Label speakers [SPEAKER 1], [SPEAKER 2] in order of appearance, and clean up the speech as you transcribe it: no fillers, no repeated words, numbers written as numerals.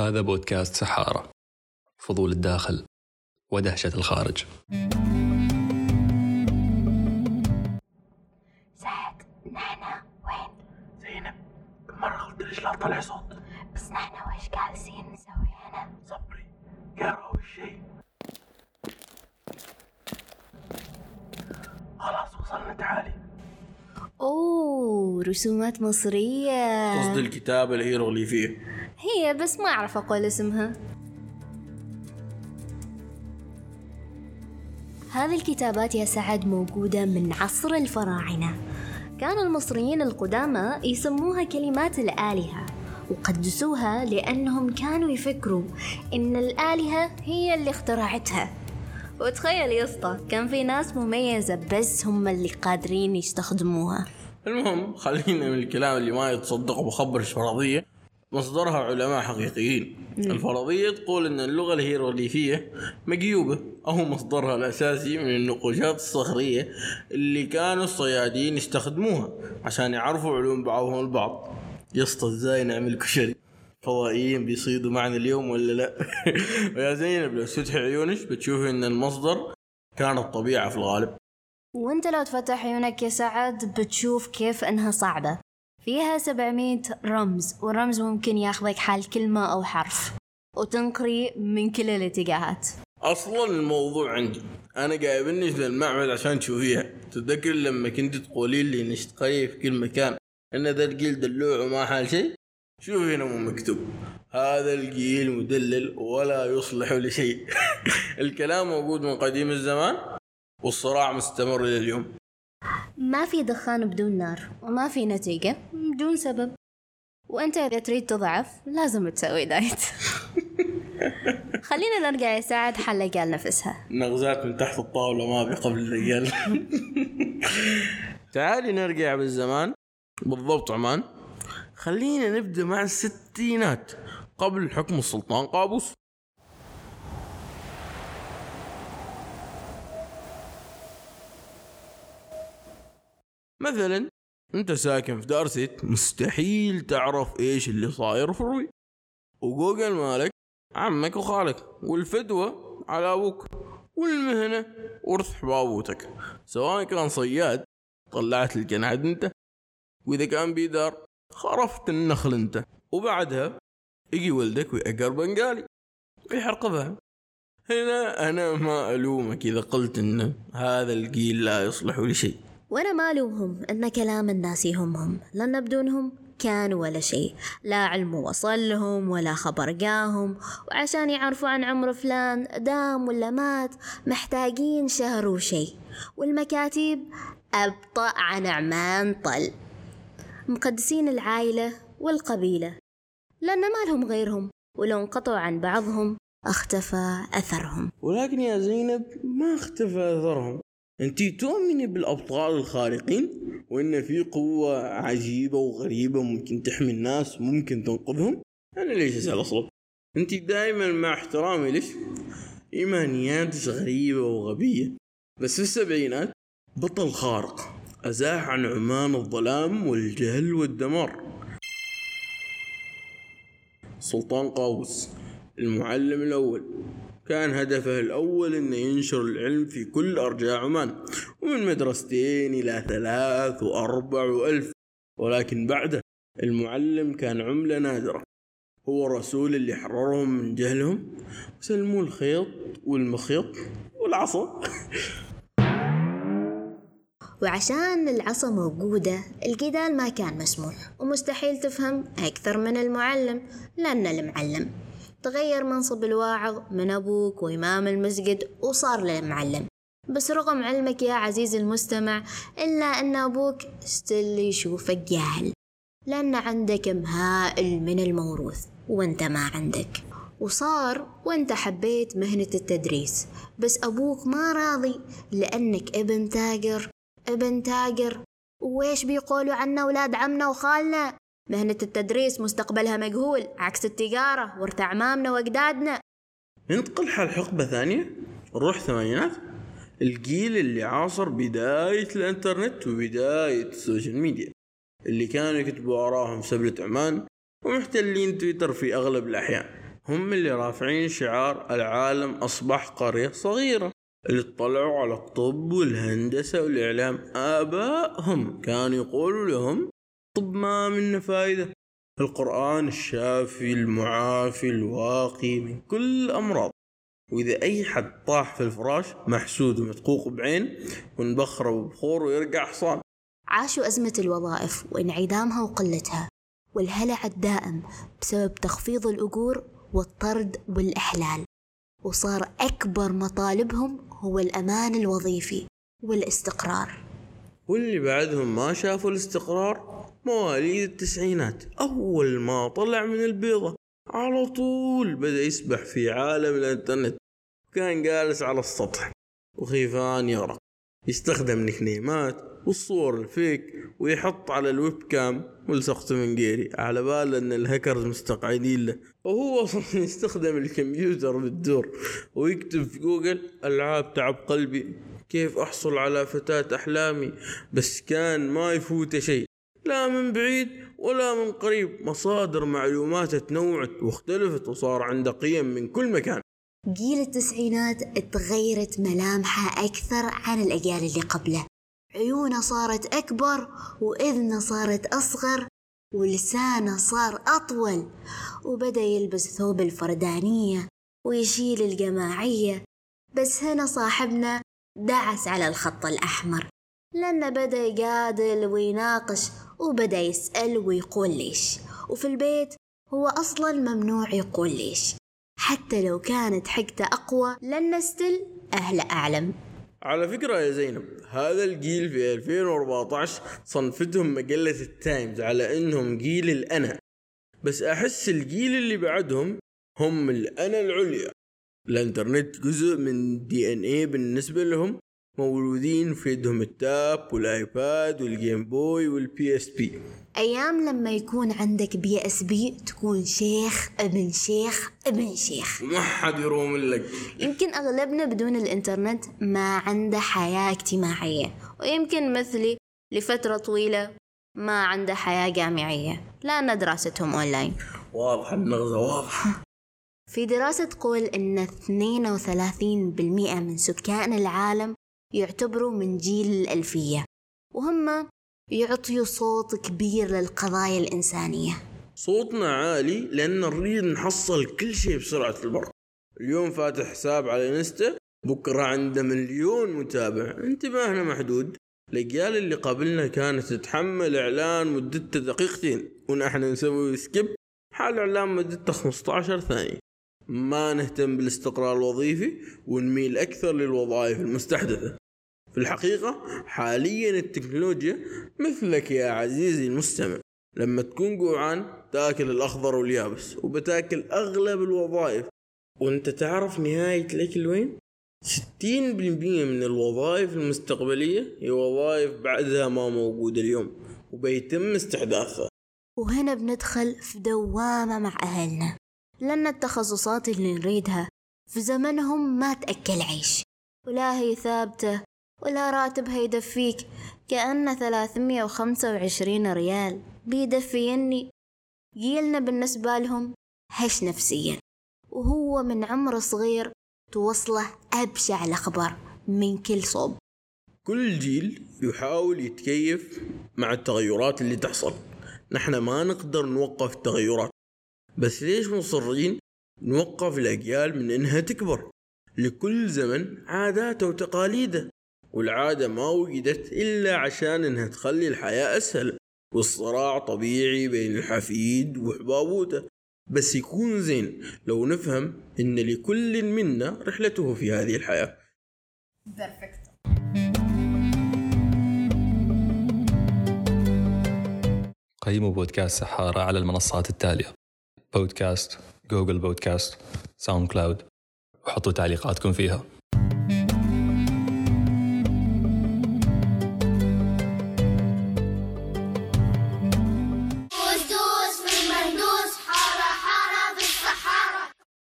[SPEAKER 1] وهذا بودكاست سحارة، فضول الداخل ودهشة الخارج.
[SPEAKER 2] سعد، نحن وين؟
[SPEAKER 3] زينب، كم مرة قلت ليش لا طلع صوت؟
[SPEAKER 2] بس نحن ويش جالسين نسوي هنا؟
[SPEAKER 3] صبري، قرأوا الشيء. خلاص وصلنا، تعالي.
[SPEAKER 2] أوه، رسومات مصرية.
[SPEAKER 3] قصد الكتابة الهيروغليفية
[SPEAKER 2] هي، بس ما أعرف أقول اسمها. هذه الكتابات يا سعد موجودة من عصر الفراعنة. كان المصريين القدامى يسموها كلمات الآلهة، وقدسوها لأنهم كانوا يفكروا إن الآلهة هي اللي اخترعتها. وتخيل يا اسطى، كان في ناس مميزة بس هم اللي قادرين يستخدموها.
[SPEAKER 3] المهم، خلينا من الكلام اللي ما يتصدق وبخبر الفرضية. مصدرها علماء حقيقيين. الفرضية تقول أن اللغة الهيروغليفية مقيوبة، أو مصدرها الأساسي من النقوشات الصخرية اللي كانوا الصيادين يستخدموها عشان يعرفوا علوم بعضهم البعض. يسطا ازاي نعمل كشري؟ فضائيين بيصيدوا معنا اليوم ولا لا؟ ويا زينب، لو فتحي عيونك بتشوفي أن المصدر كانت طبيعة في الغالب.
[SPEAKER 2] وانت لو تفتح عيونك يا سعد بتشوف كيف انها صعبة، فيها 700 رمز، والرمز ممكن ياخذك حال كلمة أو حرف، وتنقري من كل الاتجاهات.
[SPEAKER 3] أصلا الموضوع عندي أنا جايبني للمعبد عشان تشوفيها. تذكر لما كنت تقولي لي نشتقي في كل مكان إن ذا الجيل دلوع وما حال شيء؟ شوف هنا مو مكتوب هذا الجيل مدلل ولا يصلح لشيء. الكلام موجود من قديم الزمان، والصراع مستمر إلى اليوم.
[SPEAKER 2] ما في دخان بدون نار، وما في نتيجة بدون سبب. وانت إذا تريد تضعف لازم تسوي دايت. خلينا نرجع يا سعد حلقة نفسها.
[SPEAKER 3] نغزات من تحت الطاولة ما بقبل الرجال. تعالي نرجع بالزمان، بالضبط عمان. خلينا نبدأ مع الستينات قبل حكم السلطان قابوس. مثلا انت ساكن في دارست، مستحيل تعرف ايش اللي صاير في الروي، وجوجل مالك عمك وخالك، والفدوة على ابوك، والمهنة ورث حبابوتك. سواء كان صياد طلعت الجناد انت، واذا كان بيدار خرفت النخل انت، وبعدها يجي ولدك ويأجر بنغالي ويحرقبها. هنا انا ما الومك اذا قلت ان هذا الجيل لا يصلح لشيء،
[SPEAKER 2] وانا ما الومهم ان كلام الناس يهمهم، لان بدونهم كانوا ولا شيء. لا علم وصل لهم ولا خبر جاهم، وعشان يعرفوا عن عمر فلان دام ولا مات محتاجين شهر وشيء، والمكاتيب أبطأ عن عمان طل. مقدسين العائلة والقبيلة لأن ما لهم غيرهم، ولو انقطعوا عن بعضهم اختفى أثرهم.
[SPEAKER 3] ولكن يا زينب ما اختفى أثرهم. انتي تؤمني بالأبطال الخارقين، وإن في قوة عجيبة وغريبة ممكن تحمي الناس وممكن تنقذهم؟ أنا ليش أسأل أصلا؟ انتي دائما مع احترامي ليش إيمانياتك غريبة وغبية. بس في السبعينات بطل خارق أزاح عن عمان الظلام والجهل والدمار. سلطان قابوس المعلم الأول كان هدفه الأول أن ينشر العلم في كل أرجاء عمان، ومن مدرستين إلى 3 و4 ألف. ولكن بعده المعلم كان عملة نادرة، هو الرسول اللي حررهم من جهلهم وسلموا الخيط والمخيط والعصا.
[SPEAKER 2] وعشان العصا موجودة الجدال ما كان مسموح، ومستحيل تفهم أكثر من المعلم، لأن المعلم تغير منصب الواعظ من أبوك وإمام المسجد وصار للمعلم. بس رغم علمك يا عزيز المستمع إلا أن أبوك ستيل يشوفك جاهل، لأن عندك مهائل من الموروث وانت ما عندك. وصار وانت حبيت مهنة التدريس، بس أبوك ما راضي لأنك ابن تاجر. وإيش بيقولوا عنا أولاد عمنا وخالنا؟ مهنة التدريس مستقبلها مجهول، عكس التجارة ورث أعمامنا وأجدادنا.
[SPEAKER 3] ننتقل حال حقبة ثانية، نروح ثمانينات، الجيل اللي عاصر بداية الانترنت وبداية السوشيال ميديا، اللي كانوا يكتبوا آراهم في سبلة عمان ومحتلين تويتر في أغلب الأحيان. هم اللي رافعين شعار العالم أصبح قرية صغيرة، اللي اطلعوا على الطب والهندسة والإعلام. آبائهم كانوا يقولوا لهم طب ما منه فايدة، القرآن الشافي المعافي الواقي من كل أمراض، وإذا أي حد طاح في الفراش محسود ومتقوق بعين ونبخره ببخور ويرجع حصان.
[SPEAKER 2] عاشوا أزمة الوظائف وانعدامها وقلتها والهلع الدائم بسبب تخفيض الأجور والطرد والإحلال، وصار أكبر مطالبهم هو الأمان الوظيفي والاستقرار.
[SPEAKER 3] واللي بعدهم ما شافوا الاستقرار مواليد التسعينات، أول ما طلع من البيضة على طول بدأ يسبح في عالم الانترنت، كان جالس على السطح وخيفان يغرق، يستخدم نكنيمات والصور الفيك ويحط على الويب كام ولصقته من قيري على بال ان الهكرز مستقعدين له، وهو اصلا يستخدم الكمبيوتر بالدور ويكتب في جوجل العاب تعب قلبي، كيف احصل على فتاة احلامي، بس كان ما يفوت شيء لا من بعيد ولا من قريب. مصادر معلومات تنوعت واختلفت وصار عنده قيم من كل مكان.
[SPEAKER 2] جيل التسعينات اتغيرت ملامحه أكثر عن الأجيال اللي قبله، عيونه صارت أكبر وإذنه صارت أصغر ولسانه صار أطول، وبدأ يلبس ثوب الفردانية ويشيل الجماعية. بس هنا صاحبنا دعس على الخط الأحمر، لأنه بدأ يجادل ويناقش وبدأ يسأل ويقول ليش، وفي البيت هو أصلا ممنوع يقول ليش، حتى لو كانت حقته أقوى لأن ستيل أهل أعلم.
[SPEAKER 3] على فكرة يا زينب، هذا الجيل في 2014 صنفتهم مجلة التايمز على انهم جيل الأنا، بس احس الجيل اللي بعدهم هم الأنا العليا. الانترنت جزء من DNA بالنسبة لهم، مولودين في يدهم التاب والايباد والجيم بوي والPSP.
[SPEAKER 2] أيام لما يكون عندك PSP تكون شيخ ابن شيخ ابن شيخ،
[SPEAKER 3] ما حد يروم لك.
[SPEAKER 2] يمكن أغلبنا بدون الإنترنت ما عنده حياة اجتماعية، ويمكن مثلي لفترة طويلة ما عنده حياة جامعية لأن دراستهم أونلاين.
[SPEAKER 3] واضح النغزة واضحة.
[SPEAKER 2] في دراسة تقول إن 32% من سكان العالم يعتبروا من جيل الألفية، وهم يعطيوا صوت كبير للقضايا الإنسانية.
[SPEAKER 3] صوتنا عالي لأن نريد نحصل كل شيء بسرعة البرق. اليوم فاتح حساب على انستا، بكرة عنده 1,000,000 متابع. انتباهنا محدود. الأجيال اللي قبلنا كانت تتحمل إعلان مدته دقيقتين ونحن نسوي سكيب حال إعلان مدته 15 ثانية. ما نهتم بالاستقرار الوظيفي ونميل أكثر للوظائف المستحدثة. في الحقيقة حاليا التكنولوجيا مثلك يا عزيزي المستمع، لما تكون جوعان تاكل الأخضر واليابس وبتاكل أغلب الوظائف. وانت تعرف نهاية الأكل وين؟ 60% من الوظائف المستقبلية هي وظائف بعدها ما موجودة اليوم وبيتم استحداثها.
[SPEAKER 2] وهنا بندخل في دوامة مع أهلنا، لأن التخصصات اللي نريدها في زمنهم ما تأكل عيش، ولا هي ثابتة ولا راتبها يدفيك، كأن 325 ريال بيدفيني. جيلنا بالنسبة لهم هش نفسيا، وهو من عمر صغير توصله أبشع الأخبار من كل صوب.
[SPEAKER 3] كل جيل يحاول يتكيف مع التغيرات اللي تحصل. نحن ما نقدر نوقف التغيرات، بس ليش مصرين نوقف الأجيال من إنها تكبر؟ لكل زمن عاداته وتقاليده، والعادة ما وجدت إلا عشان إنها تخلي الحياة أسهل، والصراع طبيعي بين الحفيد وحبابوته. بس يكون زين لو نفهم إن لكل منا رحلته في هذه الحياة.
[SPEAKER 2] Perfect.
[SPEAKER 1] قيموا بودكاست سحارة على المنصات التالية: بودكاست، جوجل بودكاست، ساوند كلاود، وحطوا تعليقاتكم فيها.